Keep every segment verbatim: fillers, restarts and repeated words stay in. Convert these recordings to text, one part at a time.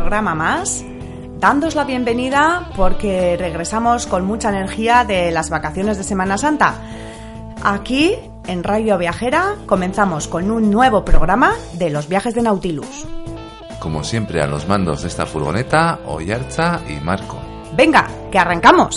programa más, dándos la bienvenida porque regresamos con mucha energía de las vacaciones de Semana Santa. Aquí, en Radio Viajera, comenzamos con un nuevo programa de los viajes de Nautilus. Como siempre, a los mandos de esta furgoneta, Oyartza y Marco. ¡Venga, que arrancamos!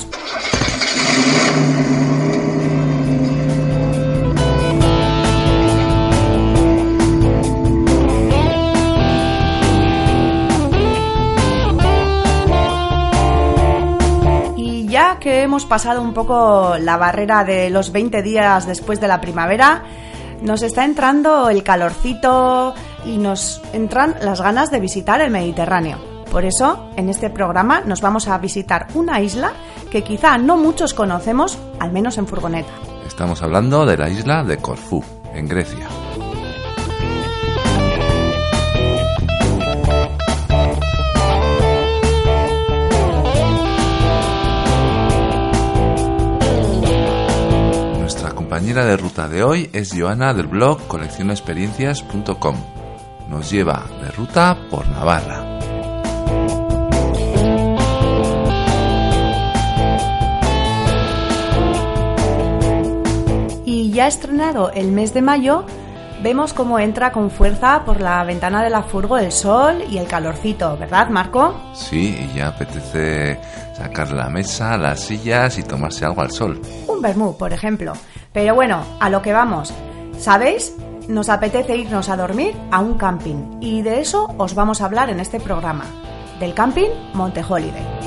Ya que hemos pasado un poco la barrera de los veinte días después de la primavera, nos está entrando el calorcito y nos entran las ganas de visitar el Mediterráneo. Por eso, en este programa nos vamos a visitar una isla que quizá no muchos conocemos, al menos en furgoneta. Estamos hablando de la isla de Corfú, en Grecia. La compañera de ruta de hoy es Joana del blog colección experiencias punto com. Nos lleva de ruta por Navarra. Y ya estrenado el mes de mayo, vemos cómo entra con fuerza por la ventana de la furgo el sol y el calorcito, ¿verdad, Marco? Sí, y ya apetece sacar la mesa, las sillas y tomarse algo al sol. Un vermú, por ejemplo. Pero bueno, a lo que vamos. ¿Sabéis? Nos apetece irnos a dormir a un camping y de eso os vamos a hablar en este programa. Del camping Monte Holiday.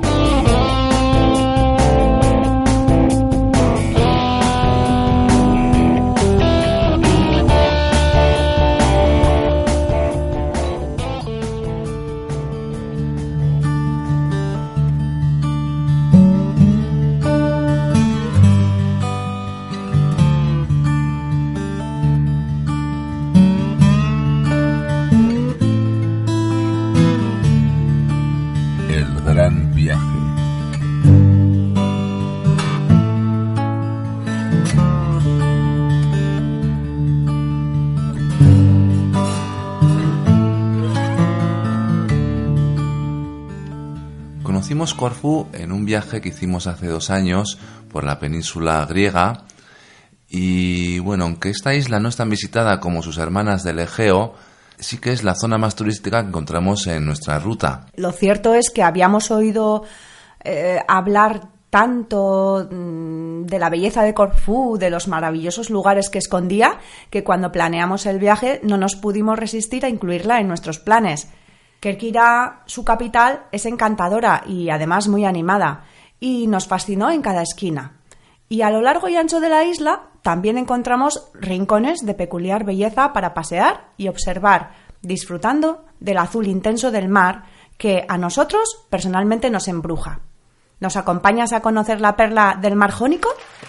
Conocimos Corfú en un viaje que hicimos hace dos años por la península griega y bueno, aunque esta isla no es tan visitada como sus hermanas del Egeo, sí que es la zona más turística que encontramos en nuestra ruta. Lo cierto es que habíamos oído eh, hablar tanto de la belleza de Corfú, de los maravillosos lugares que escondía, que cuando planeamos el viaje no nos pudimos resistir a incluirla en nuestros planes. Kerkira, su capital, es encantadora y además muy animada, y nos fascinó en cada esquina. Y a lo largo y ancho de la isla también encontramos rincones de peculiar belleza para pasear y observar, disfrutando del azul intenso del mar que a nosotros personalmente nos embruja. ¿Nos acompañas a conocer la perla del mar Jónico?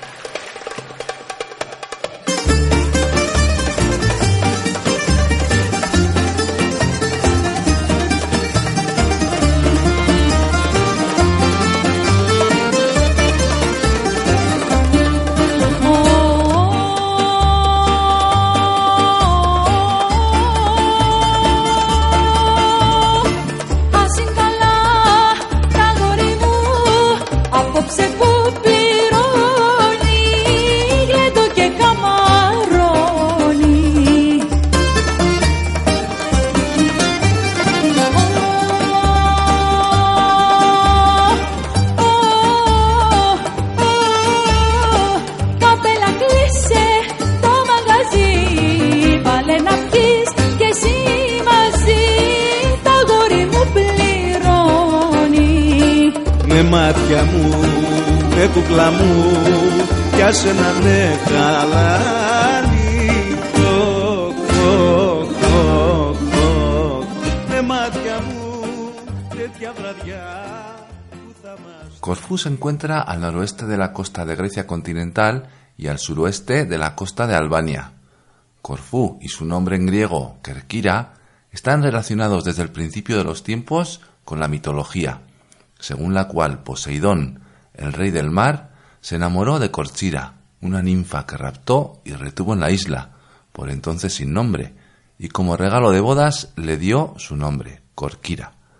Μάτια μου, με κούκλα μου, πιάσε να με χαλάνει. Κοκ, κοκ, κοκ, κοκ. Με μάτια μου, τέτοια βραδιά που θα μας... Corfú se encuentra al noroeste de la costa de Grecia continental y al suroeste de la costa de Albania. Corfú y su nombre en griego, Kerkira, están relacionados desde el principio de los tiempos con la mitología, según la cual Poseidón, el rey del mar, se enamoró de Corchira, una ninfa que raptó y retuvo en la isla, por entonces sin nombre, y como regalo de bodas le dio su nombre, Corquira.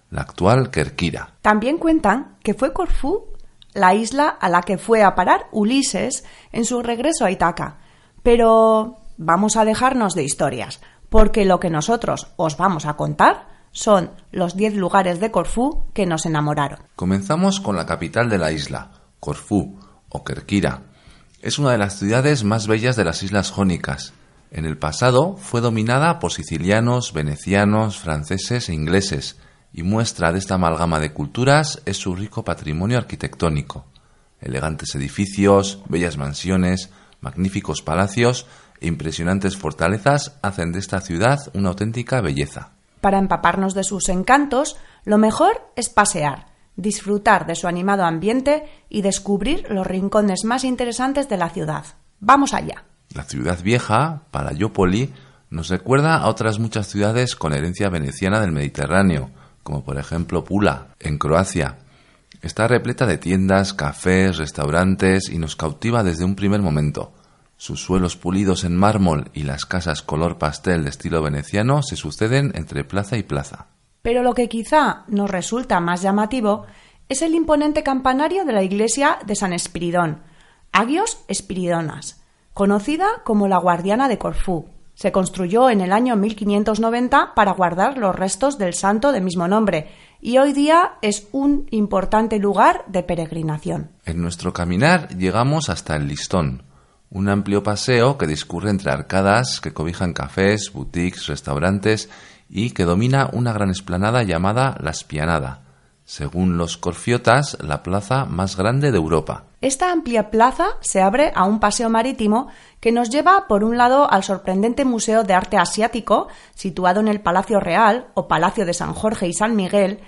la actual Kerkira. También cuentan que fue Corfú la isla a la que fue a parar Ulises en su regreso a Ítaca. Pero vamos a dejarnos de historias, porque lo que nosotros os vamos a contar son los diez lugares de Corfú que nos enamoraron. Comenzamos con la capital de la isla, Corfú, o Kerkira. Es una de las ciudades más bellas de las islas jónicas. En el pasado fue dominada por sicilianos, venecianos, franceses e ingleses, y muestra de esta amalgama de culturas es su rico patrimonio arquitectónico. Elegantes edificios, bellas mansiones, magníficos palacios e impresionantes fortalezas hacen de esta ciudad una auténtica belleza. Para empaparnos de sus encantos, lo mejor es pasear, disfrutar de su animado ambiente y descubrir los rincones más interesantes de la ciudad. ¡Vamos allá! La ciudad vieja, Palaiópoli, nos recuerda a otras muchas ciudades con herencia veneciana del Mediterráneo, como por ejemplo Pula, en Croacia. Está repleta de tiendas, cafés, restaurantes y nos cautiva desde un primer momento. Sus suelos pulidos en mármol y las casas color pastel de estilo veneciano se suceden entre plaza y plaza. Pero lo que quizá nos resulta más llamativo es el imponente campanario de la iglesia de San Espiridón, Agios Espiridonas, conocida como la guardiana de Corfú. Se construyó en el año mil quinientos noventa para guardar los restos del santo de mismo nombre y hoy día es un importante lugar de peregrinación. En nuestro caminar llegamos hasta el Listón, un amplio paseo que discurre entre arcadas que cobijan cafés, boutiques, restaurantes y que domina una gran explanada llamada La Spianada, según los corfiotas, la plaza más grande de Europa. Esta amplia plaza se abre a un paseo marítimo que nos lleva por un lado al sorprendente Museo de Arte Asiático, situado en el Palacio Real o Palacio de San Jorge y San Miguel,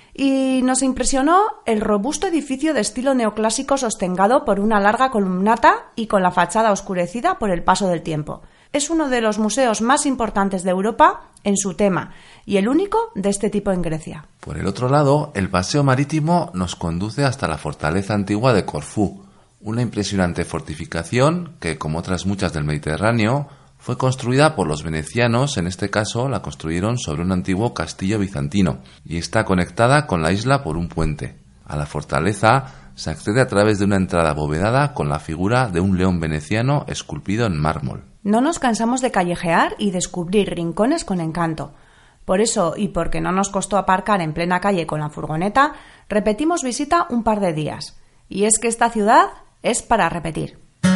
y nos impresionó el robusto edificio de estilo neoclásico sostengado por una larga columnata y con la fachada oscurecida por el paso del tiempo. Es uno de los museos más importantes de Europa en su tema y el único de este tipo en Grecia. Por el otro lado, el paseo marítimo nos conduce hasta la fortaleza antigua de Corfú, una impresionante fortificación que, como otras muchas del Mediterráneo, fue construida por los venecianos. En este caso la construyeron sobre un antiguo castillo bizantino y está conectada con la isla por un puente. A la fortaleza se accede a través de una entrada abovedada con la figura de un león veneciano esculpido en mármol. No nos cansamos de callejear y descubrir rincones con encanto. Por eso, y porque no nos costó aparcar en plena calle con la furgoneta, repetimos visita un par de días. Y es que esta ciudad es para repetir.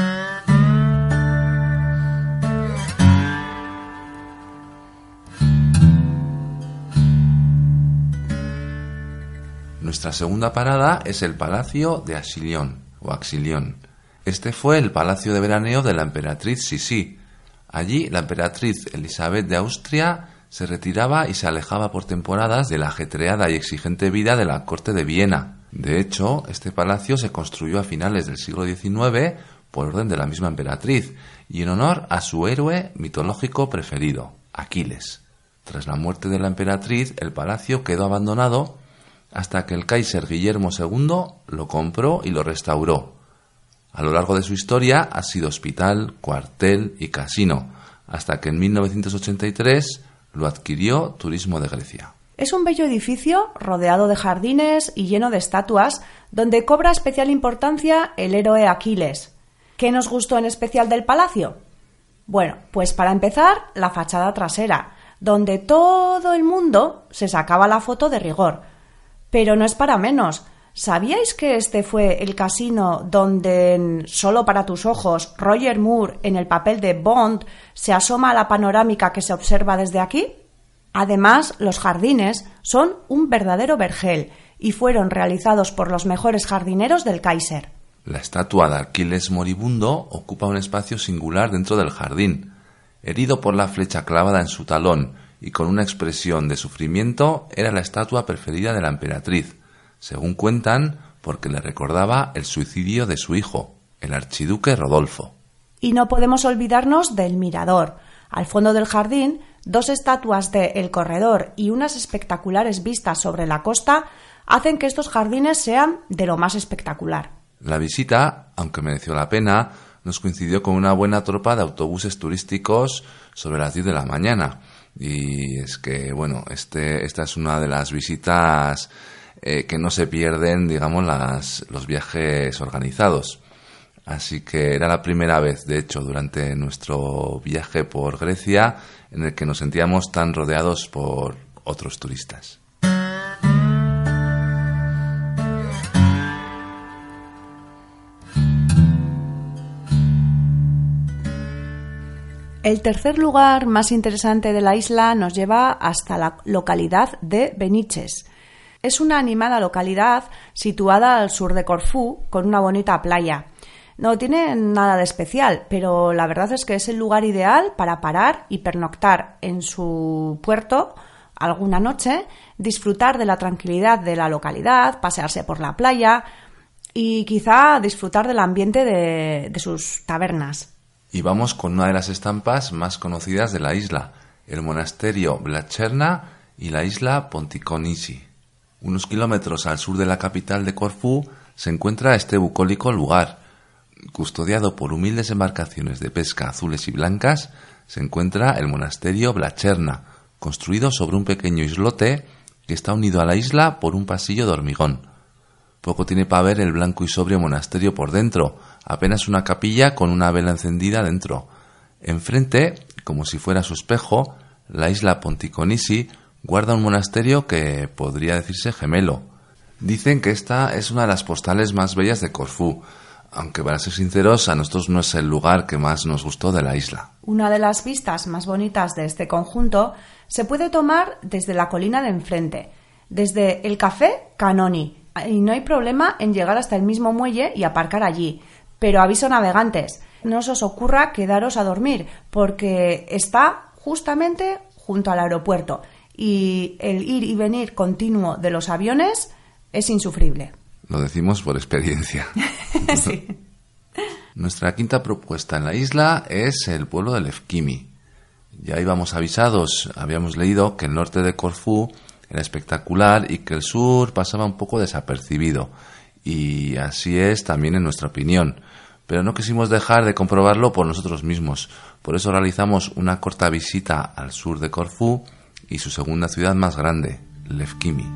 Nuestra segunda parada es el Palacio de Axilión, o Axilión. Este fue el palacio de veraneo de la emperatriz Sisi. Allí la emperatriz Elizabeth de Austria se retiraba y se alejaba por temporadas de la ajetreada y exigente vida de la corte de Viena. De hecho, este palacio se construyó a finales del siglo diecinueve por orden de la misma emperatriz y en honor a su héroe mitológico preferido, Aquiles. Tras la muerte de la emperatriz, el palacio quedó abandonado hasta que el Kaiser Guillermo segundo lo compró y lo restauró. A lo largo de su historia ha sido hospital, cuartel y casino, hasta que en mil novecientos ochenta y tres lo adquirió Turismo de Grecia. Es un bello edificio rodeado de jardines y lleno de estatuas, donde cobra especial importancia el héroe Aquiles. ¿Qué nos gustó en especial del palacio? Bueno, pues para empezar, la fachada trasera, donde todo el mundo se sacaba la foto de rigor. Pero no es para menos. ¿Sabíais que este fue el casino donde, en Solo para tus ojos, Roger Moore, en el papel de Bond, se asoma a la panorámica que se observa desde aquí? Además, los jardines son un verdadero vergel y fueron realizados por los mejores jardineros del Kaiser. La estatua de Aquiles moribundo ocupa un espacio singular dentro del jardín. Herido por la flecha clavada en su talón y con una expresión de sufrimiento, era la estatua preferida de la emperatriz, según cuentan, porque le recordaba el suicidio de su hijo, el archiduque Rodolfo. Y no podemos olvidarnos del mirador. Al fondo del jardín, dos estatuas de El Corredor y unas espectaculares vistas sobre la costa hacen que estos jardines sean de lo más espectacular. La visita, aunque mereció la pena, nos coincidió con una buena tropa de autobuses turísticos sobre las diez de la mañana, Y es que, bueno, este, esta es una de las visitas eh, que no se pierden, digamos, las, los viajes organizados. Así que era la primera vez, de hecho, durante nuestro viaje por Grecia, en el que nos sentíamos tan rodeados por otros turistas. El tercer lugar más interesante de la isla nos lleva hasta la localidad de Beniches. Es una animada localidad situada al sur de Corfú, con una bonita playa. No tiene nada de especial, pero la verdad es que es el lugar ideal para parar y pernoctar en su puerto alguna noche, disfrutar de la tranquilidad de la localidad, pasearse por la playa y quizá disfrutar del ambiente de, de sus tabernas. Y vamos con una de las estampas más conocidas de la isla, el monasterio Blacherna y la isla Pontikonisi. Unos kilómetros al sur de la capital de Corfú se encuentra este bucólico lugar. Custodiado por humildes embarcaciones de pesca azules y blancas, se encuentra el monasterio Blacherna, construido sobre un pequeño islote que está unido a la isla por un pasillo de hormigón. Poco tiene para ver el blanco y sobrio monasterio por dentro, apenas una capilla con una vela encendida dentro. Enfrente, como si fuera su espejo, la isla Pontikonisi guarda un monasterio que podría decirse gemelo. Dicen que esta es una de las postales más bellas de Corfú, aunque para ser sinceros, a nosotros no es el lugar que más nos gustó de la isla. Una de las vistas más bonitas de este conjunto se puede tomar desde la colina de enfrente, desde el Café Canoni, y no hay problema en llegar hasta el mismo muelle y aparcar allí. Pero aviso navegantes, no se os ocurra quedaros a dormir, porque está justamente junto al aeropuerto y el ir y venir continuo de los aviones es insufrible. Lo decimos por experiencia. Sí. Nuestra quinta propuesta en la isla es el pueblo de Lefkimi. Ya íbamos avisados, habíamos leído que el norte de Corfú era espectacular y que el sur pasaba un poco desapercibido. Y así es también en nuestra opinión. Pero no quisimos dejar de comprobarlo por nosotros mismos. Por eso realizamos una corta visita al sur de Corfú y su segunda ciudad más grande, Lefkimi.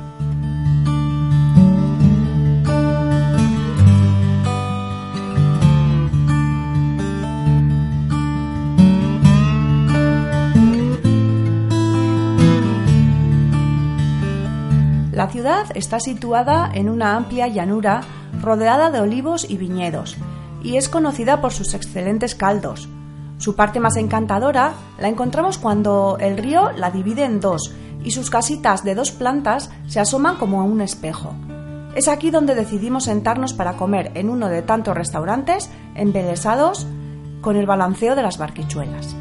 La ciudad está situada en una amplia llanura rodeada de olivos y viñedos, y es conocida por sus excelentes caldos. Su parte más encantadora la encontramos cuando el río la divide en dos y sus casitas de dos plantas se asoman como a un espejo. Es aquí donde decidimos sentarnos para comer en uno de tantos restaurantes embelesados con el balanceo de las barquichuelas.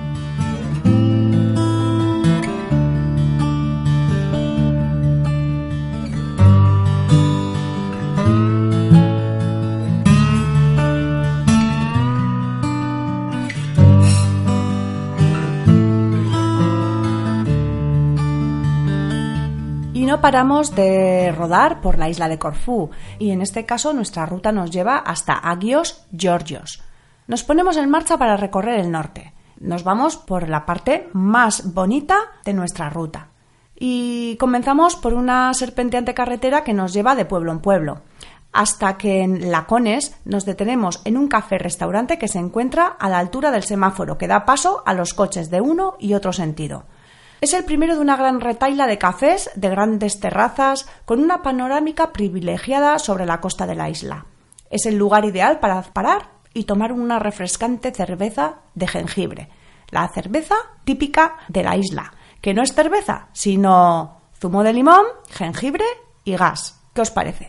No paramos de rodar por la isla de Corfú y en este caso nuestra ruta nos lleva hasta Agios Georgios. Nos ponemos en marcha para recorrer el norte. Nos vamos por la parte más bonita de nuestra ruta y comenzamos por una serpenteante carretera que nos lleva de pueblo en pueblo hasta que en Lacones nos detenemos en un café-restaurante que se encuentra a la altura del semáforo que da paso a los coches de uno y otro sentido. Es el primero de una gran retahíla de cafés, de grandes terrazas, con una panorámica privilegiada sobre la costa de la isla. Es el lugar ideal para parar y tomar una refrescante cerveza de jengibre, la cerveza típica de la isla, que no es cerveza, sino zumo de limón, jengibre y gas. ¿Qué os parece?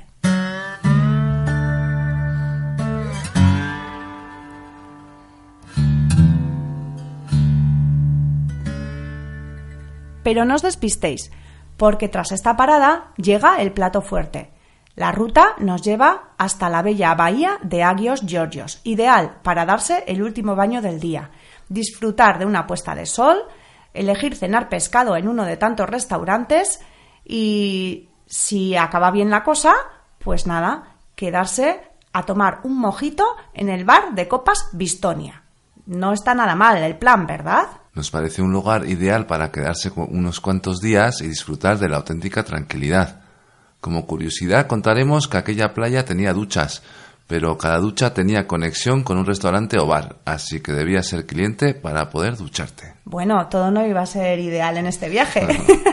Pero no os despistéis, porque tras esta parada llega el plato fuerte. La ruta nos lleva hasta la bella bahía de Agios Georgios, ideal para darse el último baño del día, disfrutar de una puesta de sol, elegir cenar pescado en uno de tantos restaurantes y, si acaba bien la cosa, pues nada, quedarse a tomar un mojito en el bar de copas Bistonia. No está nada mal el plan, ¿verdad? Nos parece un lugar ideal para quedarse unos cuantos días y disfrutar de la auténtica tranquilidad. Como curiosidad contaremos que aquella playa tenía duchas, pero cada ducha tenía conexión con un restaurante o bar, así que debías ser cliente para poder ducharte. Bueno, todo no iba a ser ideal en este viaje.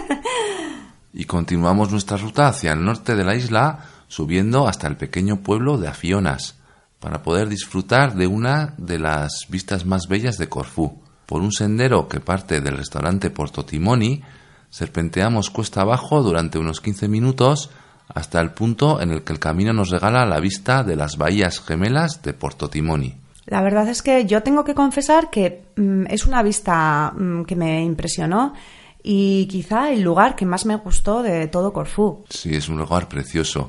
Y continuamos nuestra ruta hacia el norte de la isla, subiendo hasta el pequeño pueblo de Afionas, para poder disfrutar de una de las vistas más bellas de Corfú. Por un sendero que parte del restaurante Porto Timoni, serpenteamos cuesta abajo durante unos quince minutos hasta el punto en el que el camino nos regala la vista de las bahías gemelas de Porto Timoni. La verdad es que yo tengo que confesar que mmm, es una vista mmm, que me impresionó y quizá el lugar que más me gustó de todo Corfú. Sí, es un lugar precioso.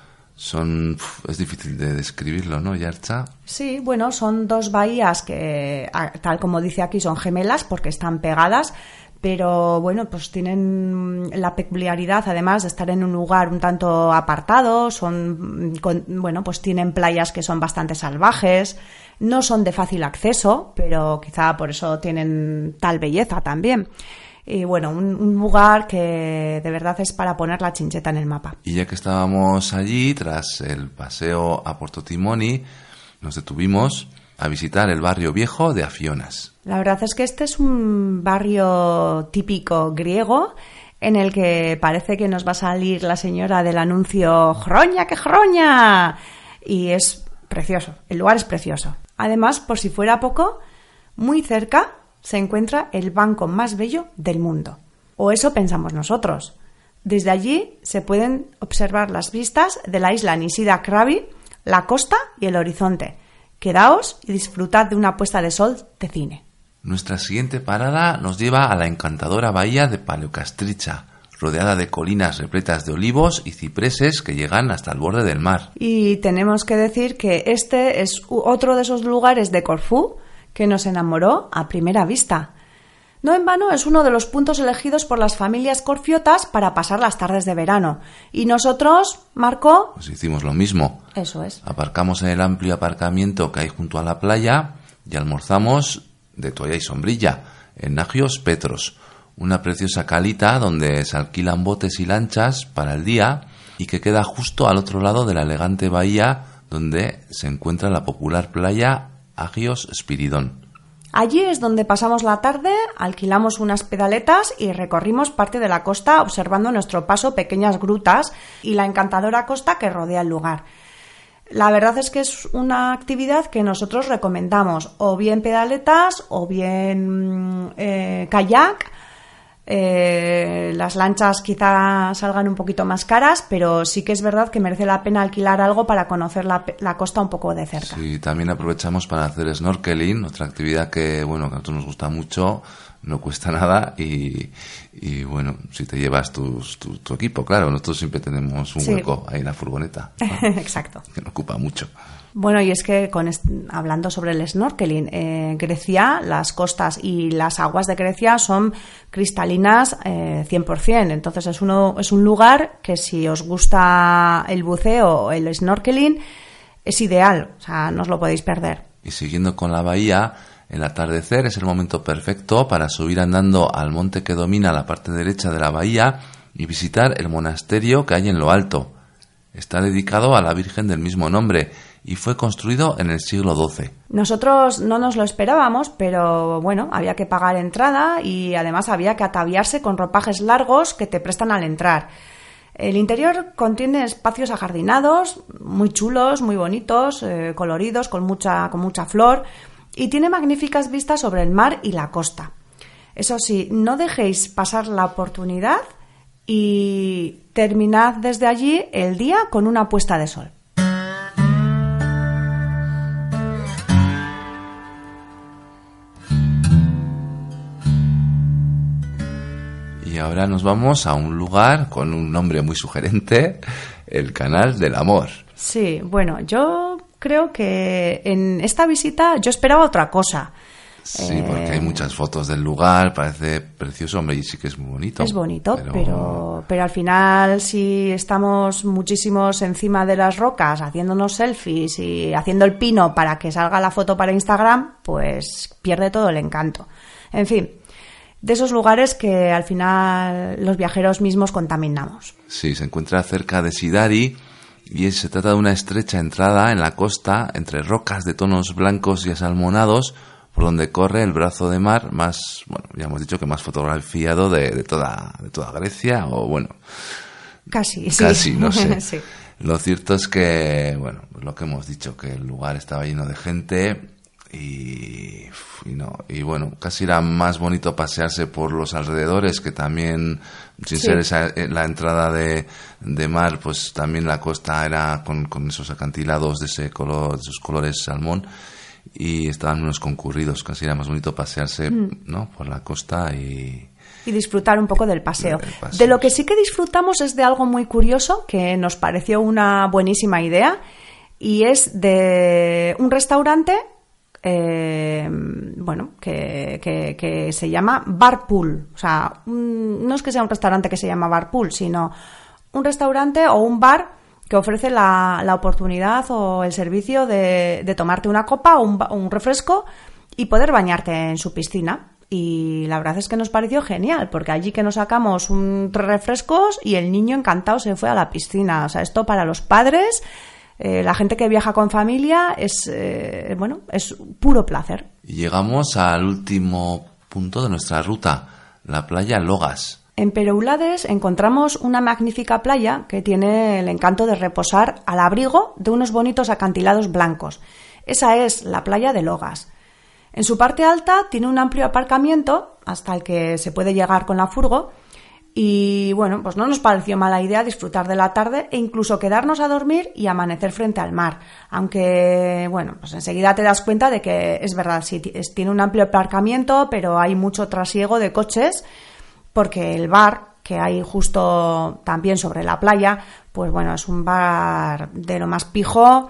Son, es difícil de describirlo, ¿no, Yarcha? Sí, bueno, son dos bahías que, tal como dice aquí, son gemelas porque están pegadas, pero bueno, pues tienen la peculiaridad, además de estar en un lugar un tanto apartado, son, con, bueno, pues tienen playas que son bastante salvajes, no son de fácil acceso, pero quizá por eso tienen tal belleza también. Y bueno, un, un lugar que de verdad es para poner la chincheta en el mapa. Y ya que estábamos allí, tras el paseo a Porto Timoni, nos detuvimos a visitar el barrio viejo de Afionas. La verdad es que este es un barrio típico griego en el que parece que nos va a salir la señora del anuncio ¡Jroña, que jroña! Y es precioso, el lugar es precioso. Además, por si fuera poco, muy cerca se encuentra el banco más bello del mundo. O eso pensamos nosotros. Desde allí se pueden observar las vistas de la isla Nisida Krabi, la costa y el horizonte. Quedaos y disfrutad de una puesta de sol de cine. Nuestra siguiente parada nos lleva a la encantadora bahía de Paleokastricha, rodeada de colinas repletas de olivos y cipreses que llegan hasta el borde del mar. Y tenemos que decir que este es otro de esos lugares de Corfú que nos enamoró a primera vista. No en vano es uno de los puntos elegidos por las familias corfiotas para pasar las tardes de verano. Y nosotros, Marco... Pues hicimos lo mismo. Eso es. Aparcamos en el amplio aparcamiento que hay junto a la playa y almorzamos de toalla y sombrilla en Agios Petros, una preciosa calita donde se alquilan botes y lanchas para el día y que queda justo al otro lado de la elegante bahía donde se encuentra la popular playa Agios Spiridón. Allí es donde pasamos la tarde, alquilamos unas pedaletas y recorrimos parte de la costa observando a nuestro paso pequeñas grutas y la encantadora costa que rodea el lugar. La verdad es que es una actividad que nosotros recomendamos, o bien pedaletas o bien eh, kayak. Eh, las lanchas quizá salgan un poquito más caras, pero sí que es verdad que merece la pena alquilar algo para conocer la, la costa un poco de cerca. Sí, también aprovechamos para hacer snorkeling, otra actividad que, bueno, que a nosotros nos gusta mucho, no cuesta nada y, y bueno, si te llevas tus, tu, tu equipo, claro, nosotros siempre tenemos un sí. hueco ahí en la furgoneta, ¿no? Exacto. Que no ocupa mucho. Bueno, y es que con est- hablando sobre el snorkeling, eh, Grecia, las costas y las aguas de Grecia son cristalinas eh, cien por ciento. Entonces es, uno, es un lugar que si os gusta el buceo o el snorkeling es ideal, o sea, no os lo podéis perder. Y siguiendo con la bahía, el atardecer es el momento perfecto para subir andando al monte que domina la parte derecha de la bahía y visitar el monasterio que hay en lo alto. Está dedicado a la Virgen del mismo nombre y fue construido en el siglo doce. Nosotros no nos lo esperábamos, pero bueno, había que pagar entrada y además había que ataviarse con ropajes largos que te prestan al entrar. El interior contiene espacios ajardinados, muy chulos, muy bonitos, eh, coloridos, con mucha, con mucha flor, y tiene magníficas vistas sobre el mar y la costa. Eso sí, no dejéis pasar la oportunidad y terminad desde allí el día con una puesta de sol. Y ahora nos vamos a un lugar con un nombre muy sugerente, el Canal del Amor. Sí, bueno, yo creo que en esta visita yo esperaba otra cosa. Sí, eh... porque hay muchas fotos del lugar, parece precioso, hombre, y sí que es muy bonito. Es bonito, pero... pero, pero al final si estamos muchísimos encima de las rocas haciéndonos selfies y haciendo el pino para que salga la foto para Instagram, pues pierde todo el encanto. En fin, de esos lugares que al final los viajeros mismos contaminamos. Sí, se encuentra cerca de Sidari y se trata de una estrecha entrada en la costa entre rocas de tonos blancos y asalmonados por donde corre el brazo de mar más, bueno, ya hemos dicho que más fotografiado de, de toda de toda Grecia, o bueno, casi, sí. Casi, no sé. Sí. Lo cierto es que, bueno, pues lo que hemos dicho, que el lugar estaba lleno de gente y, y no, y bueno, casi era más bonito pasearse por los alrededores, que también, sin Sí. ser esa, la entrada de, de mar, pues también la costa era con, con esos acantilados de ese color, de esos colores salmón, y estaban menos concurridos, casi era más bonito pasearse, mm. ¿no?, por la costa y... Y disfrutar un poco del paseo. Del paseo. De lo que sí que disfrutamos es de algo muy curioso, que nos pareció una buenísima idea, y es de un restaurante, eh, bueno, que, que, que se llama Bar Pool. O sea, un, no es que sea un restaurante que se llama Bar Pool, sino un restaurante o un bar que ofrece la, la oportunidad o el servicio de, de tomarte una copa o un, un refresco y poder bañarte en su piscina. Y la verdad es que nos pareció genial, porque allí que nos sacamos un, tres refrescos y el niño encantado se fue a la piscina. O sea, esto para los padres, eh, la gente que viaja con familia, es eh, bueno, es puro placer. Y llegamos al último punto de nuestra ruta, la playa Logas. En Peroulades encontramos una magnífica playa que tiene el encanto de reposar al abrigo de unos bonitos acantilados blancos. Esa es la playa de Logas. En su parte alta tiene un amplio aparcamiento hasta el que se puede llegar con la furgo y, bueno, pues no nos pareció mala idea disfrutar de la tarde e incluso quedarnos a dormir y amanecer frente al mar. Aunque, bueno, pues enseguida te das cuenta de que es verdad, sí, tiene un amplio aparcamiento, pero hay mucho trasiego de coches porque el bar que hay justo también sobre la playa, pues bueno, es un bar de lo más pijo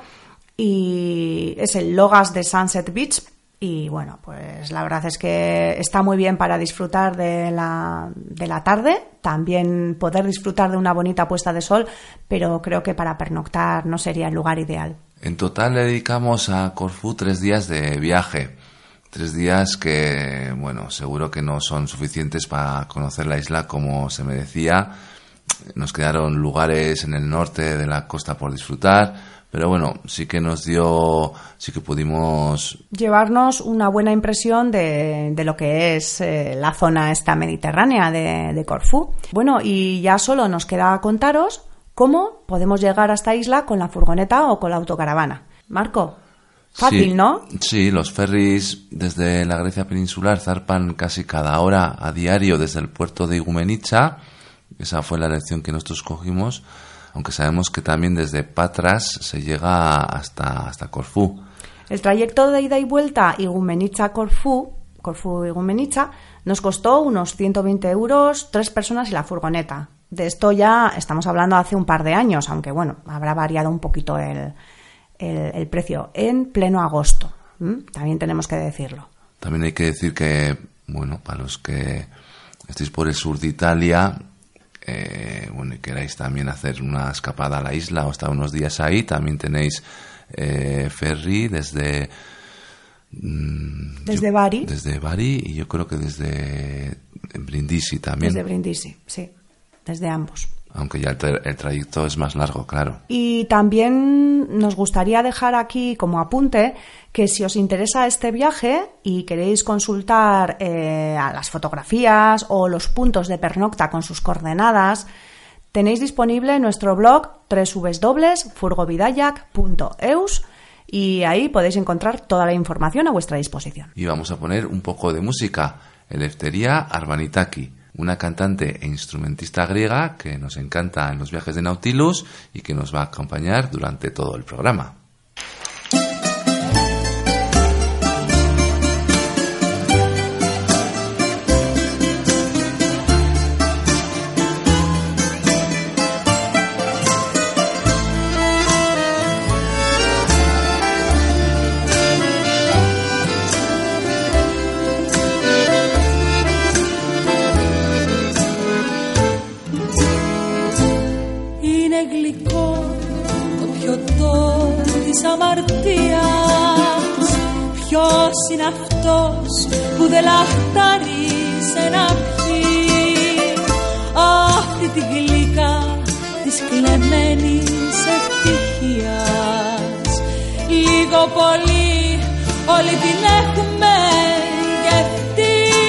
y es el Logas de Sunset Beach. Y bueno, pues la verdad es que está muy bien para disfrutar de la, de la tarde, también poder disfrutar de una bonita puesta de sol, pero creo que para pernoctar no sería el lugar ideal. En total le dedicamos a Corfú tres días de viaje, tres días que, bueno, seguro que no son suficientes para conocer la isla como se merecía. Nos quedaron lugares en el norte de la costa por disfrutar, pero bueno, sí que nos dio, sí que pudimos llevarnos una buena impresión de, de lo que es eh, la zona esta mediterránea de, de Corfú. Bueno, y ya solo nos queda contaros cómo podemos llegar a esta isla con la furgoneta o con la autocaravana. Marco, fácil, sí, ¿no? Sí, los ferries desde la Grecia peninsular zarpan casi cada hora a diario desde el puerto de Igoumenitsa. Esa fue la elección que nosotros cogimos, aunque sabemos que también desde Patras se llega hasta, hasta Corfú. El trayecto de ida y vuelta Igoumenitsa-Corfú, Corfú-Igoumenitsa, nos costó unos ciento veinte euros, tres personas y la furgoneta. De esto ya estamos hablando hace un par de años, aunque bueno, habrá variado un poquito el, el, el precio, en pleno agosto. ¿Mm? También tenemos que decirlo. También hay que decir que, bueno, para los que estéis por el sur de Italia, Eh, bueno, y queráis también hacer una escapada a la isla o estar unos días ahí, también tenéis eh, ferry desde mmm, desde yo, Bari desde Bari y yo creo que desde Brindisi también, desde Brindisi, sí, desde ambos, aunque ya el, tra- el trayecto es más largo, claro. Y también nos gustaría dejar aquí como apunte que si os interesa este viaje y queréis consultar eh, a las fotografías o los puntos de pernocta con sus coordenadas, tenéis disponible nuestro blog doble u doble u doble u punto furgobidayak punto eus y ahí podéis encontrar toda la información a vuestra disposición. Y vamos a poner un poco de música, Eleftheria Arvanitaki, una cantante e instrumentista griega que nos encanta en los viajes de Nautilus y que nos va a acompañar durante todo el programa. Αμαρτίας, ποιος είναι αυτός που δεν λαχτάρει σε ένα πι. Αυτή τη γλύκα της κλεμμένης ευτυχίας, λίγο πολύ όλοι την έχουμε γευτεί.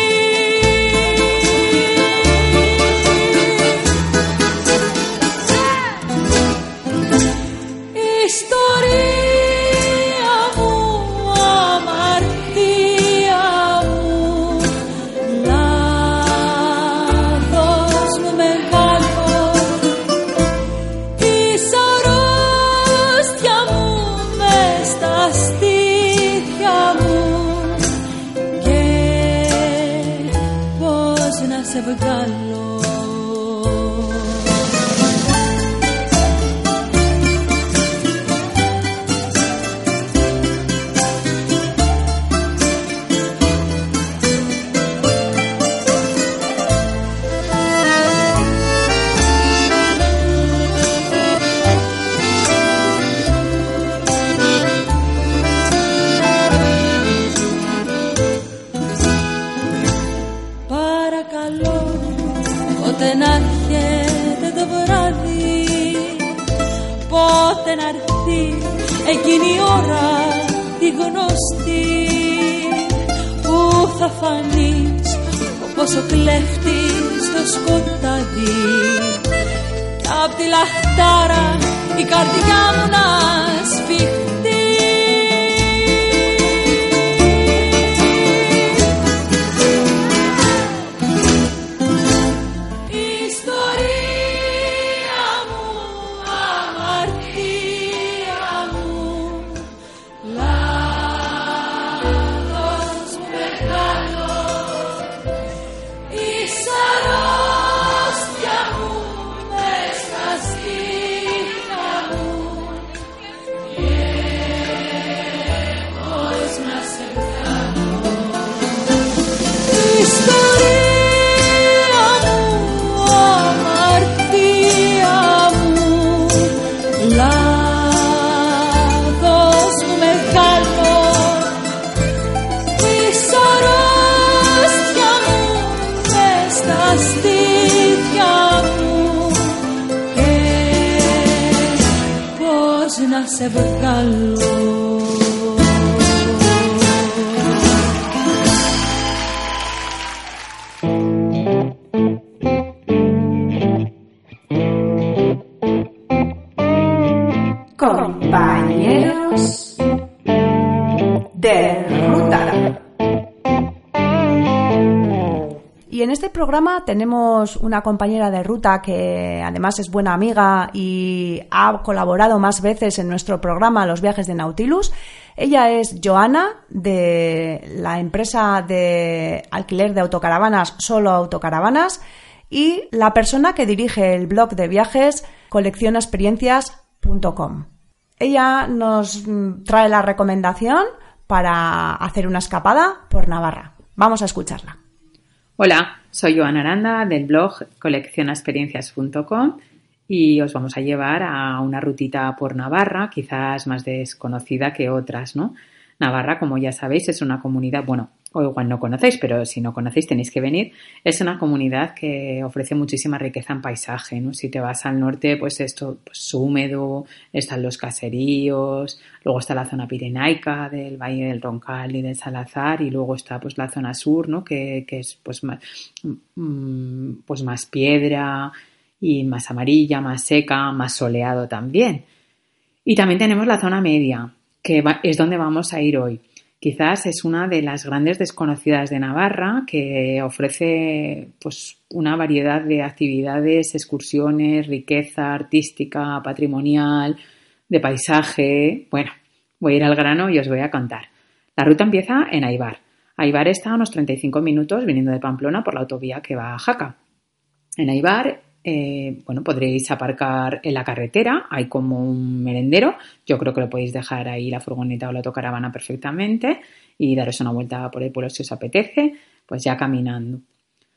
Ιστορία μου, αμαρτία μου, λάθος μου μεγάλο, της αρρώστια μου μες στα στήθια μου, και πώς να σε βγάλω. Πότε να έρχεται το βράδυ, πότε να έρθει εκείνη η ώρα η γνωστή, που θα φανείς όπως ο κλέφτης στο σκοτάδι, κι απ' τη λαχτάρα η καρδιά μου να σφιχτεί. Να σε βγάλω. Compañeros de ruta. Y en este programa tenemos una compañera de ruta que además es buena amiga y ha colaborado más veces en nuestro programa Los Viajes de Nautilus. Ella es Joana, de la empresa de alquiler de autocaravanas Solo Autocaravanas, y la persona que dirige el blog de viajes colecciona experiencias punto com. Ella nos trae la recomendación para hacer una escapada por Navarra. Vamos a escucharla. Hola, soy Joana Aranda del blog colecciona experiencias punto com y os vamos a llevar a una rutita por Navarra, quizás más desconocida que otras, ¿no? Navarra, como ya sabéis, es una comunidad, bueno, o igual no conocéis, pero si no conocéis tenéis que venir. Es una comunidad que ofrece muchísima riqueza en paisaje, ¿no? Si te vas al norte, pues esto, pues húmedo, están los caseríos, luego está la zona pirenaica del Valle del Roncal y del Salazar, y luego está pues la zona sur, ¿no? Que, que es pues más, pues más piedra y más amarilla, más seca, más soleado también. Y también tenemos la zona media, que va, es donde vamos a ir hoy. Quizás es una de las grandes desconocidas de Navarra, que ofrece pues una variedad de actividades, excursiones, riqueza artística, patrimonial, de paisaje. Bueno, voy a ir al grano y os voy a contar. La ruta empieza en Aibar. Aibar está a unos treinta y cinco minutos viniendo de Pamplona por la autovía que va a Jaca. En Aibar Eh, bueno, podréis aparcar en la carretera, hay como un merendero, yo creo que lo podéis dejar ahí la furgoneta o la autocaravana perfectamente y daros una vuelta por el pueblo si os apetece, pues ya caminando.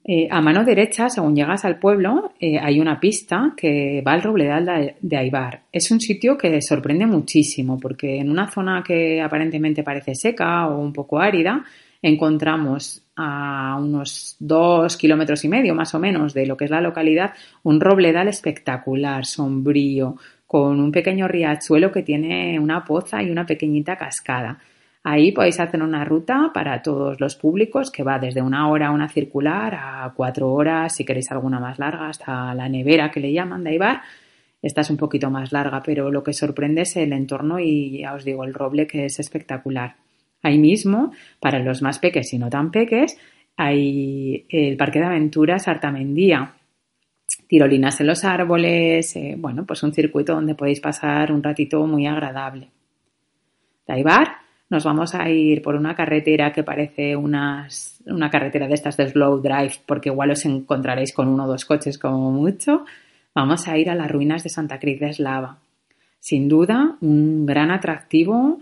Eh, a mano derecha, según llegas al pueblo, eh, hay una pista que va al Robledal de, de Aibar. Es un sitio que sorprende muchísimo porque en una zona que aparentemente parece seca o un poco árida, encontramos a unos dos kilómetros y medio más o menos de lo que es la localidad un robledal espectacular, sombrío, con un pequeño riachuelo que tiene una poza y una pequeñita cascada. Ahí podéis hacer una ruta para todos los públicos que va desde una hora una circular a cuatro horas, si queréis alguna más larga, hasta la nevera que le llaman de Aibar. Esta es un poquito más larga, pero lo que sorprende es el entorno y ya os digo, el roble, que es espectacular. Ahí mismo, para los más peques y no tan peques, hay el Parque de Aventuras Artamendía. Tirolinas en los árboles, eh, bueno, pues un circuito donde podéis pasar un ratito muy agradable. De Aibar nos vamos a ir por una carretera que parece unas, una carretera de estas de slow drive, porque igual os encontraréis con uno o dos coches como mucho. Vamos a ir a las ruinas de Santa Cruz de Eslava. Sin duda, un gran atractivo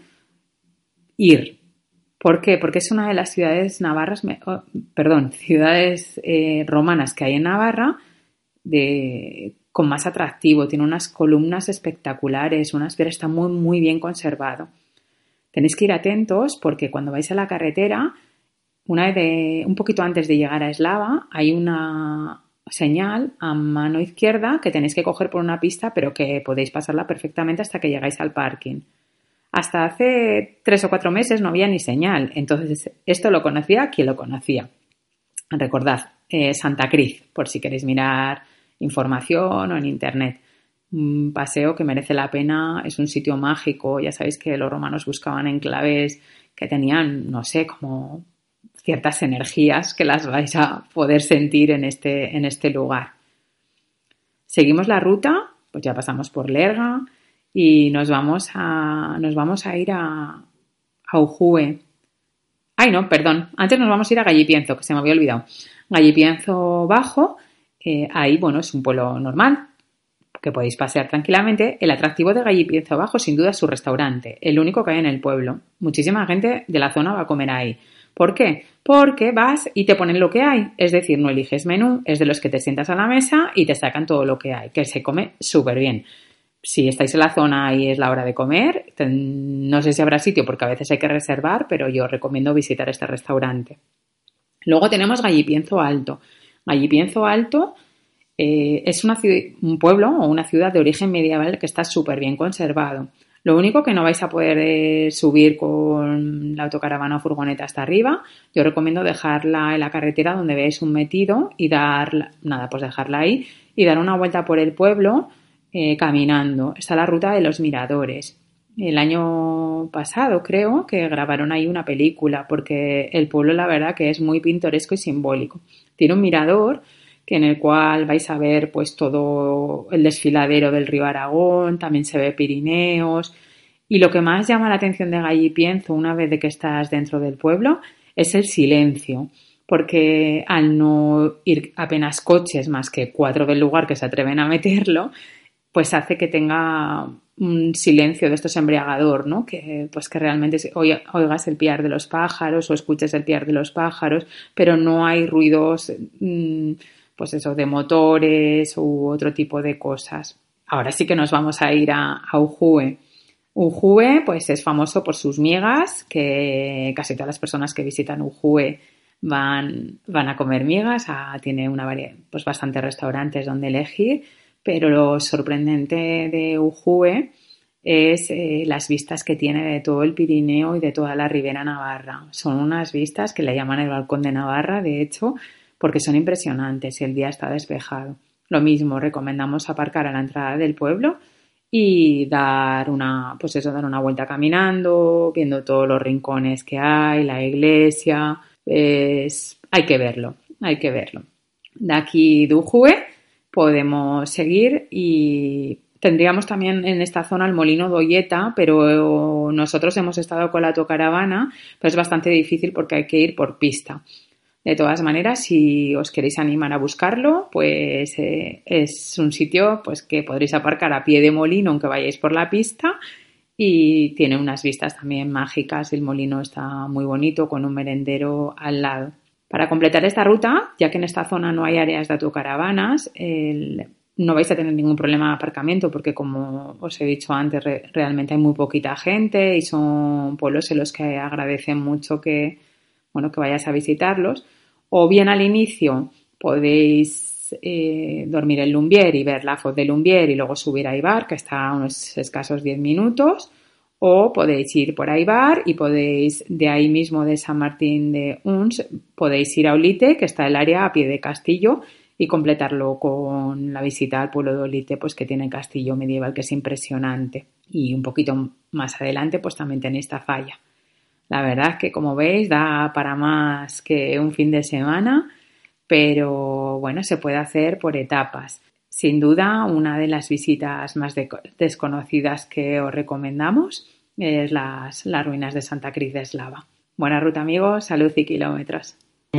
ir. ¿Por qué? Porque es una de las ciudades navarras, oh, perdón, ciudades eh, romanas que hay en Navarra de, con más atractivo. Tiene unas columnas espectaculares, unas, pero está muy, muy bien conservado. Tenéis que ir atentos porque cuando vais a la carretera, una vez de, un poquito antes de llegar a Eslava, hay una señal a mano izquierda que tenéis que coger por una pista, pero que podéis pasarla perfectamente hasta que llegáis al parking. Hasta hace tres o cuatro meses no había ni señal, entonces esto lo conocía quien lo conocía. Recordad, eh, Santa Cruz, por si queréis mirar información o en internet. Un paseo que merece la pena, es un sitio mágico. Ya sabéis que los romanos buscaban enclaves que tenían, no sé, como ciertas energías que las vais a poder sentir en este, en este lugar. Seguimos la ruta, pues ya pasamos por Lerga y nos vamos a, nos vamos a ir a, a Ujue. Ay, no, perdón, antes nos vamos a ir a Gallipienzo, que se me había olvidado. Gallipienzo Bajo, eh, ahí, bueno, es un pueblo normal, que podéis pasear tranquilamente. El atractivo de Gallipienzo Bajo, sin duda, es su restaurante, el único que hay en el pueblo. Muchísima gente de la zona va a comer ahí. ¿Por qué? Porque vas y te ponen lo que hay, es decir, no eliges menú, es de los que te sientas a la mesa y te sacan todo lo que hay, que se come súper bien. Si estáis en la zona y es la hora de comer, no sé si habrá sitio porque a veces hay que reservar, pero yo recomiendo visitar este restaurante. Luego tenemos Gallipienzo Alto. Gallipienzo Alto Eh, es una ciudad, un pueblo o una ciudad de origen medieval que está súper bien conservado. Lo único que no vais a poder eh, subir con la autocaravana o furgoneta hasta arriba. Yo recomiendo dejarla en la carretera donde veáis un metido y dar, nada, pues dejarla ahí y dar una vuelta por el pueblo eh, caminando. Está la ruta de los miradores. El año pasado creo que grabaron ahí una película porque el pueblo la verdad que es muy pintoresco y simbólico. Tiene un mirador en el cual vais a ver pues todo el desfiladero del río Aragón, también se ve Pirineos, y lo que más llama la atención de Gallipienzo una vez de que estás dentro del pueblo es el silencio, porque al no ir apenas coches más que cuatro del lugar que se atreven a meterlo, pues hace que tenga un silencio de estos embriagador, ¿no? Que pues que realmente oigas el piar de los pájaros o escuches el piar de los pájaros, pero no hay ruidos mmm, pues eso, de motores u otro tipo de cosas. Ahora sí que nos vamos a ir a, a Ujue. Ujue, pues es famoso por sus migas, que casi todas las personas que visitan Ujue van, van a comer migas. Ah, tiene una variedad, pues bastantes restaurantes donde elegir, pero lo sorprendente de Ujue es eh, las vistas que tiene de todo el Pirineo y de toda la Ribera Navarra. Son unas vistas que le llaman el Balcón de Navarra, de hecho, porque son impresionantes y el día está despejado. Lo mismo, recomendamos aparcar a la entrada del pueblo y dar una, pues eso, dar una vuelta caminando, viendo todos los rincones que hay, la iglesia. Pues hay que verlo, hay que verlo. De aquí de Ujue podemos seguir y tendríamos también en esta zona el Molino de Olleta, pero nosotros hemos estado con la autocaravana, pero es bastante difícil porque hay que ir por pista. De todas maneras, si os queréis animar a buscarlo, pues eh, es un sitio pues que podréis aparcar a pie de molino aunque vayáis por la pista y tiene unas vistas también mágicas. El molino está muy bonito con un merendero al lado. Para completar esta ruta, ya que en esta zona no hay áreas de autocaravanas, el, no vais a tener ningún problema de aparcamiento porque, como os he dicho antes, re, realmente hay muy poquita gente y son pueblos en los que agradecen mucho que, bueno, que vayas a visitarlos. O bien al inicio podéis eh, dormir en Lumbier y ver la foz de Lumbier y luego subir a Ibar, que está a unos escasos diez minutos. O podéis ir por Aibar y podéis, de ahí mismo de San Martín de Uns, podéis ir a Olite, que está el área a pie de castillo, y completarlo con la visita al pueblo de Olite, pues que tiene el castillo medieval, que es impresionante. Y un poquito más adelante, pues también tenéis Tafalla. La verdad es que, como veis, da para más que un fin de semana, pero bueno, se puede hacer por etapas. Sin duda, una de las visitas más de- desconocidas que os recomendamos es las, las ruinas de Santa Cruz de Eslava. Buena ruta, amigos, salud y kilómetros.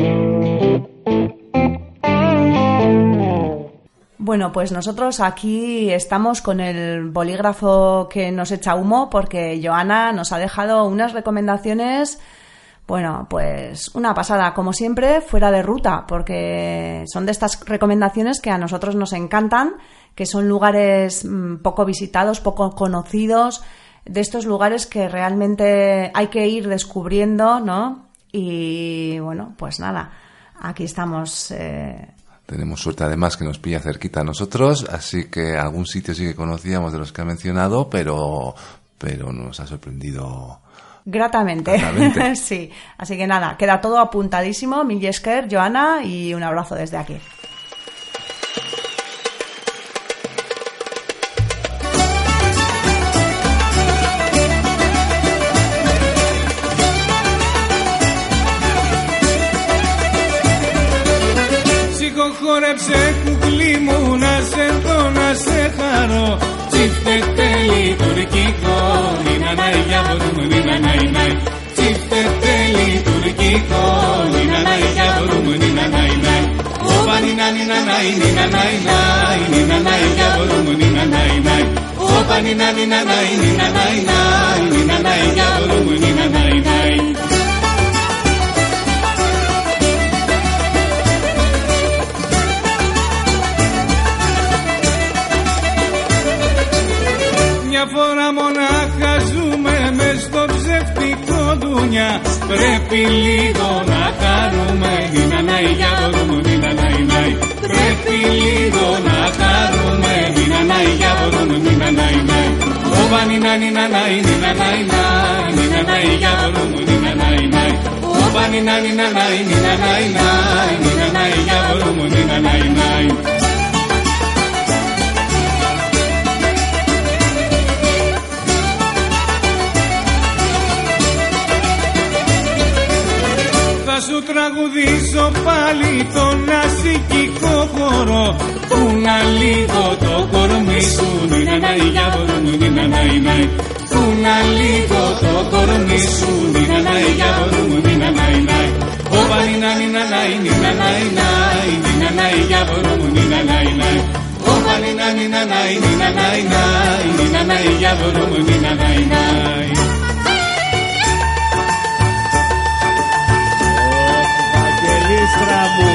Bueno, pues nosotros aquí estamos con el bolígrafo que nos echa humo porque Joana nos ha dejado unas recomendaciones, bueno, pues una pasada, como siempre, fuera de ruta, porque son de estas recomendaciones que a nosotros nos encantan, que son lugares mmm, poco visitados, poco conocidos, de estos lugares que realmente hay que ir descubriendo, ¿no? Y bueno, pues nada, aquí estamos. Eh... Tenemos suerte además que nos pilla cerquita a nosotros, así que algún sitio sí que conocíamos de los que ha mencionado, pero, pero nos ha sorprendido gratamente. gratamente. Sí, así que nada, queda todo apuntadísimo. Mil esker, Joana, y un abrazo desde aquí. Χόρεψε κουκλί μου να σε δω να σε χαρώ. Τσίφτε τέλει τουρκικό, νίνα νάι για μπορούμε, νίνα νάι νάι. Τσίφτε τέλει τουρκικό, νίνα νάι για μπορούμε, νίνα νάι νάι. Όπα νίνα νίνα νάι, νίνα νάι νάι, νίνα νάι για μπορούμε, νίνα νάι νάι. Όπα νίνα νίνα νάι, νίνα νάι νάι, νίνα νάι για μπορούμε, νίνα νάι νάι. Μια φορά μονάχα ζούμε μες στο ψευτικό δουνιά. Πρέπει λίγο να χαρούμε, νίνα νάι για μπορούμε, νίνα νάι νάι. Πρέπει λίγο να χαρούμε, νίνα νάι για μπορούμε, νίνα νάι νάι. Όπα νίνα νίνα νάι, νίνα νάι νάι, νίνα νάι για μπορούμε, νίνα νάι νάι. Όπα νίνα νίνα νάι, νίνα νάι νάι, νίνα νάι για μπορούμε, νίνα νάι νάι. Θα σου τραγουδήσω πάλι τον ασικικό χορό που να λίγο το κορμί σου, νίνα νάι για μπορούμε, νίνα νάι νάι. Που να λίγο το κορμί σου, νίνα νάι για μπορούμε, νίνα νάι νάι. Όπα νίνα νίνα νάι, νίνα νάι νάι, νίνα νάι για μπορούμε, νίνα νάι νάι. Όπα νίνα νίνα νάι, νίνα νάι νάι, νίνα νάι για μπορούμε, νίνα νάι νάι. Στραβού.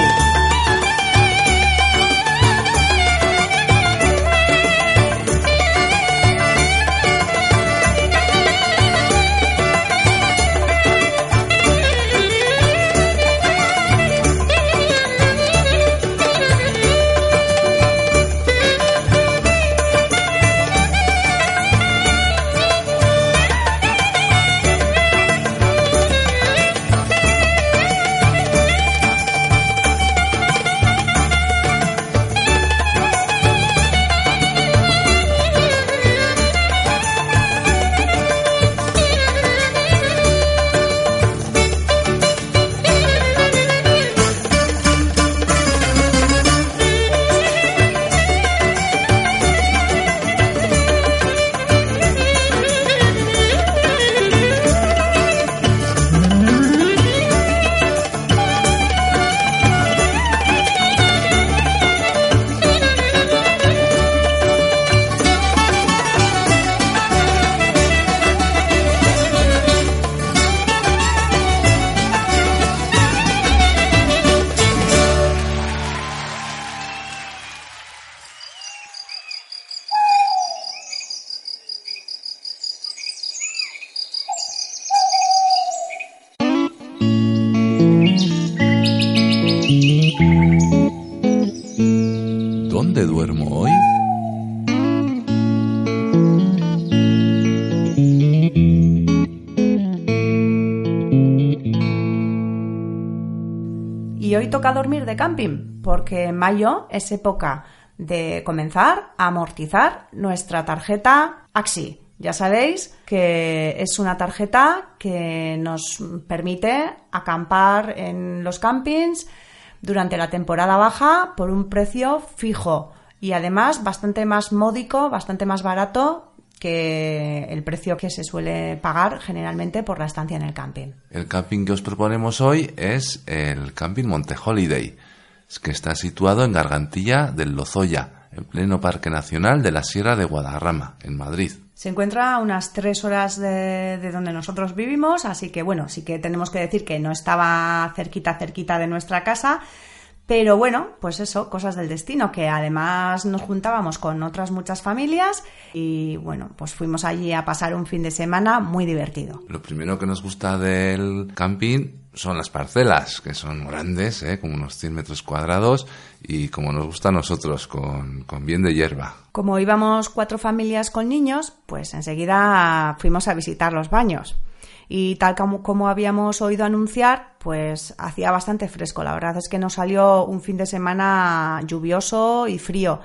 hoy toca dormir de camping, porque mayo es época de comenzar a amortizar nuestra tarjeta AXI. Ya sabéis que es una tarjeta que nos permite acampar en los campings durante la temporada baja por un precio fijo y además bastante más módico, bastante más barato que el precio que se suele pagar generalmente por la estancia en el camping. El camping que os proponemos hoy es el Camping Monte Holiday, que está situado en Gargantilla del Lozoya, en pleno Parque Nacional de la Sierra de Guadarrama, en Madrid. Se encuentra a unas tres horas de, de donde nosotros vivimos, así que bueno, sí que tenemos que decir que no estaba cerquita, cerquita de nuestra casa, pero bueno, pues eso, cosas del destino, que además nos juntábamos con otras muchas familias y bueno, pues fuimos allí a pasar un fin de semana muy divertido. Lo primero que nos gusta del camping son las parcelas, que son grandes, ¿eh? Como unos cien metros cuadrados y como nos gusta a nosotros, con, con bien de hierba. Como íbamos cuatro familias con niños, pues enseguida fuimos a visitar los baños. Y tal como, como habíamos oído anunciar, pues hacía bastante fresco. La verdad es que nos salió un fin de semana lluvioso y frío.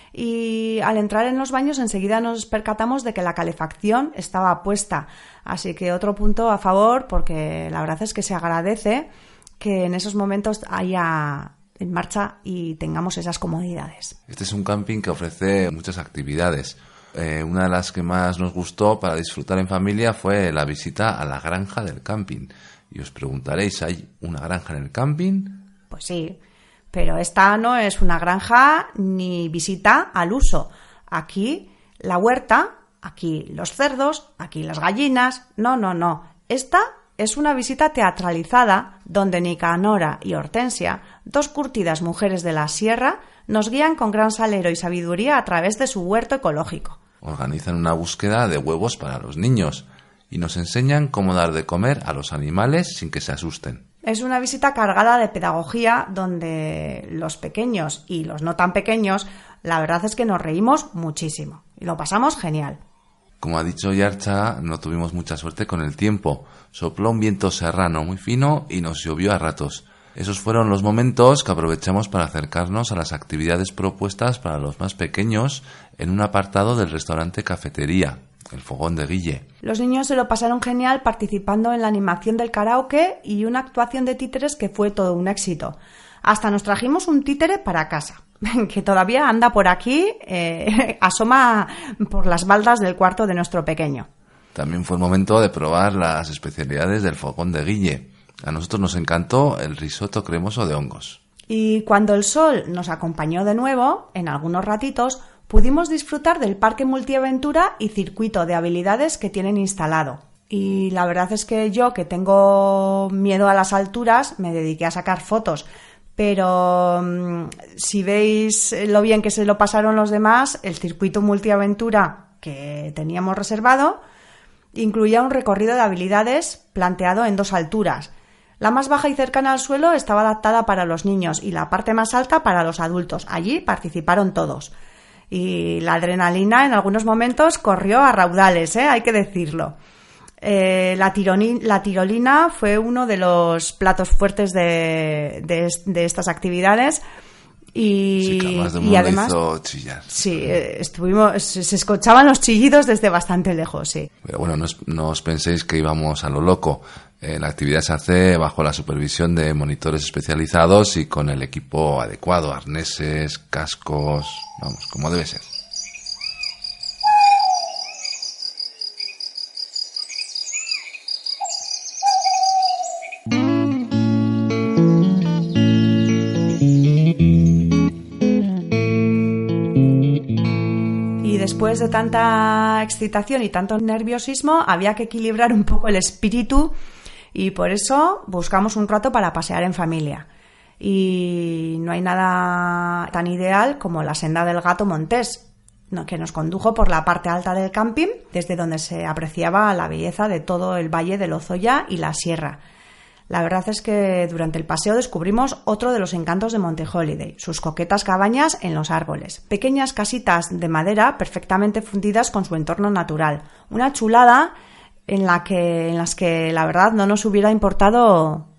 Y al entrar en los baños enseguida nos percatamos de que la calefacción estaba puesta. Así que otro punto a favor, porque la verdad es que se agradece que en esos momentos haya en marcha y tengamos esas comodidades. Este es un camping que ofrece muchas actividades. Eh, una de las que más nos gustó para disfrutar en familia fue la visita a la granja del camping. Y os preguntaréis, ¿hay una granja en el camping? Pues sí, pero esta no es una granja ni visita al uso. Aquí la huerta, aquí los cerdos, aquí las gallinas. No, no, no. Esta es una visita teatralizada donde Nicanora y Hortensia, dos curtidas mujeres de la sierra, nos guían con gran salero y sabiduría a través de su huerto ecológico. Organizan una búsqueda de huevos para los niños y nos enseñan cómo dar de comer a los animales sin que se asusten. Es una visita cargada de pedagogía donde los pequeños y los no tan pequeños, la verdad es que nos reímos muchísimo y lo pasamos genial. Como ha dicho Yarcha, no tuvimos mucha suerte con el tiempo. Sopló un viento serrano muy fino y nos llovió a ratos. Esos fueron los momentos que aprovechamos para acercarnos a las actividades propuestas para los más pequeños en un apartado del restaurante Cafetería, el Fogón de Guille. Los niños se lo pasaron genial participando en la animación del karaoke y una actuación de títeres que fue todo un éxito. Hasta nos trajimos un títere para casa, que todavía anda por aquí, eh, asoma por las baldas del cuarto de nuestro pequeño. También fue el momento de probar las especialidades del Fogón de Guille. A nosotros nos encantó el risotto cremoso de hongos. Y cuando el sol nos acompañó de nuevo, en algunos ratitos, pudimos disfrutar del parque multiaventura y circuito de habilidades que tienen instalado. Y la verdad es que yo, que tengo miedo a las alturas, me dediqué a sacar fotos. Pero mmm, si veis lo bien que se lo pasaron los demás, el circuito multiaventura que teníamos reservado incluía un recorrido de habilidades planteado en dos alturas. La más baja y cercana al suelo estaba adaptada para los niños y la parte más alta para los adultos. Allí participaron todos. Y la adrenalina en algunos momentos corrió a raudales, ¿eh? Hay que decirlo. Eh, la, tironi- la tirolina fue uno de los platos fuertes de, de, de estas actividades. Y, sí, más de y además hizo chillar. Sí, estuvimos, se, se escuchaban los chillidos desde bastante lejos, sí. Pero bueno, no os, no os penséis que íbamos a lo loco. Eh, la actividad se hace bajo la supervisión de monitores especializados y con el equipo adecuado, arneses, cascos, vamos, como debe ser. Después de tanta excitación y tanto nerviosismo, había que equilibrar un poco el espíritu y por eso buscamos un rato para pasear en familia. Y no hay nada tan ideal como la senda del Gato Montés, que nos condujo por la parte alta del camping, desde donde se apreciaba la belleza de todo el valle de Lozoya y la sierra. La verdad es que durante el paseo descubrimos otro de los encantos de Monte Holiday, sus coquetas cabañas en los árboles. Pequeñas casitas de madera perfectamente fundidas con su entorno natural. Una chulada en la que, en las que la verdad no nos hubiera importado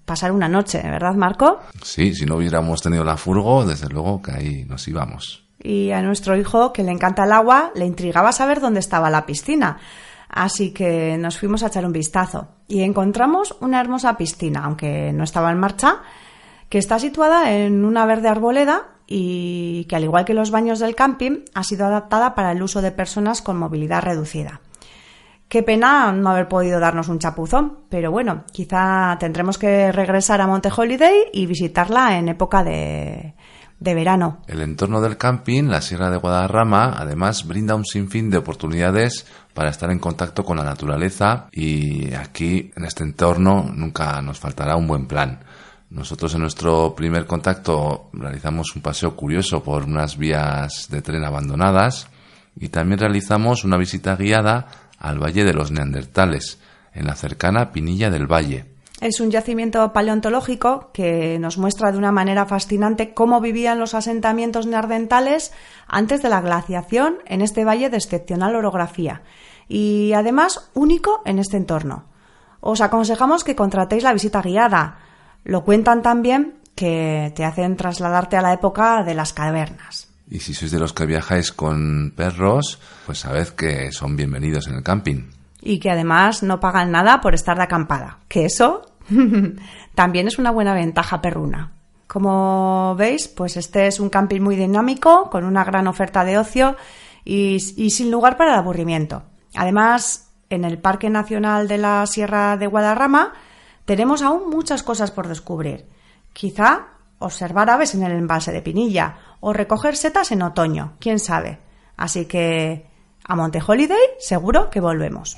pasar una noche, ¿verdad, Marco? Sí, si no hubiéramos tenido la furgo, desde luego que ahí nos íbamos. Y a nuestro hijo, que le encanta el agua, le intrigaba saber dónde estaba la piscina. Así que nos fuimos a echar un vistazo y encontramos una hermosa piscina, aunque no estaba en marcha, que está situada en una verde arboleda y que, al igual que los baños del camping, ha sido adaptada para el uso de personas con movilidad reducida. Qué pena no haber podido darnos un chapuzón, pero bueno, quizá tendremos que regresar a Monte Holiday y visitarla en época de... de verano. El entorno del camping, la Sierra de Guadarrama, además brinda un sinfín de oportunidades para estar en contacto con la naturaleza, y aquí, en este entorno, nunca nos faltará un buen plan. Nosotros en nuestro primer contacto realizamos un paseo curioso por unas vías de tren abandonadas y también realizamos una visita guiada al Valle de los Neandertales, en la cercana Pinilla del Valle. Es un yacimiento paleontológico que nos muestra de una manera fascinante cómo vivían los asentamientos neandertales antes de la glaciación en este valle de excepcional orografía y además único en este entorno. Os aconsejamos que contratéis la visita guiada. Lo cuentan también que te hacen trasladarte a la época de las cavernas. Y si sois de los que viajáis con perros, pues sabed que son bienvenidos en el camping. Y que además no pagan nada por estar de acampada, que eso también es una buena ventaja perruna. Como veis, pues este es un camping muy dinámico, con una gran oferta de ocio y, y sin lugar para el aburrimiento. Además, en el Parque Nacional de la Sierra de Guadarrama tenemos aún muchas cosas por descubrir. Quizá observar aves en el embalse de Pinilla o recoger setas en otoño, quién sabe. Así que a Monte Holiday seguro que volvemos.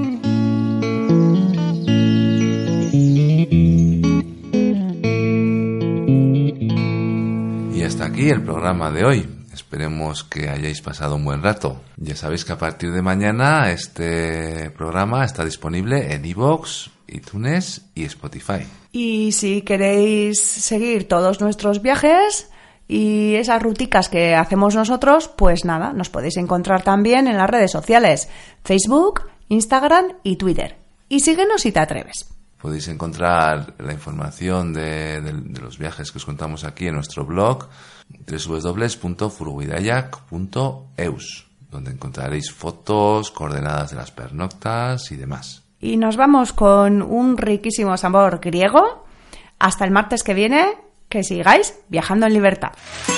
Y hasta aquí el programa de hoy. Esperemos que hayáis pasado un buen rato. Ya sabéis que a partir de mañana este programa está disponible en iVoox, iTunes y Spotify. Y si queréis seguir todos nuestros viajes y esas ruticas que hacemos nosotros, pues nada, nos podéis encontrar también en las redes sociales, Facebook, Instagram y Twitter. Y síguenos si te atreves. Podéis encontrar la información de, de, de los viajes que os contamos aquí en nuestro blog doble u doble u doble u punto furguidayak punto eus, donde encontraréis fotos, coordenadas de las pernoctas y demás. Y nos vamos con un riquísimo sabor griego. Hasta el martes que viene, que sigáis viajando en libertad.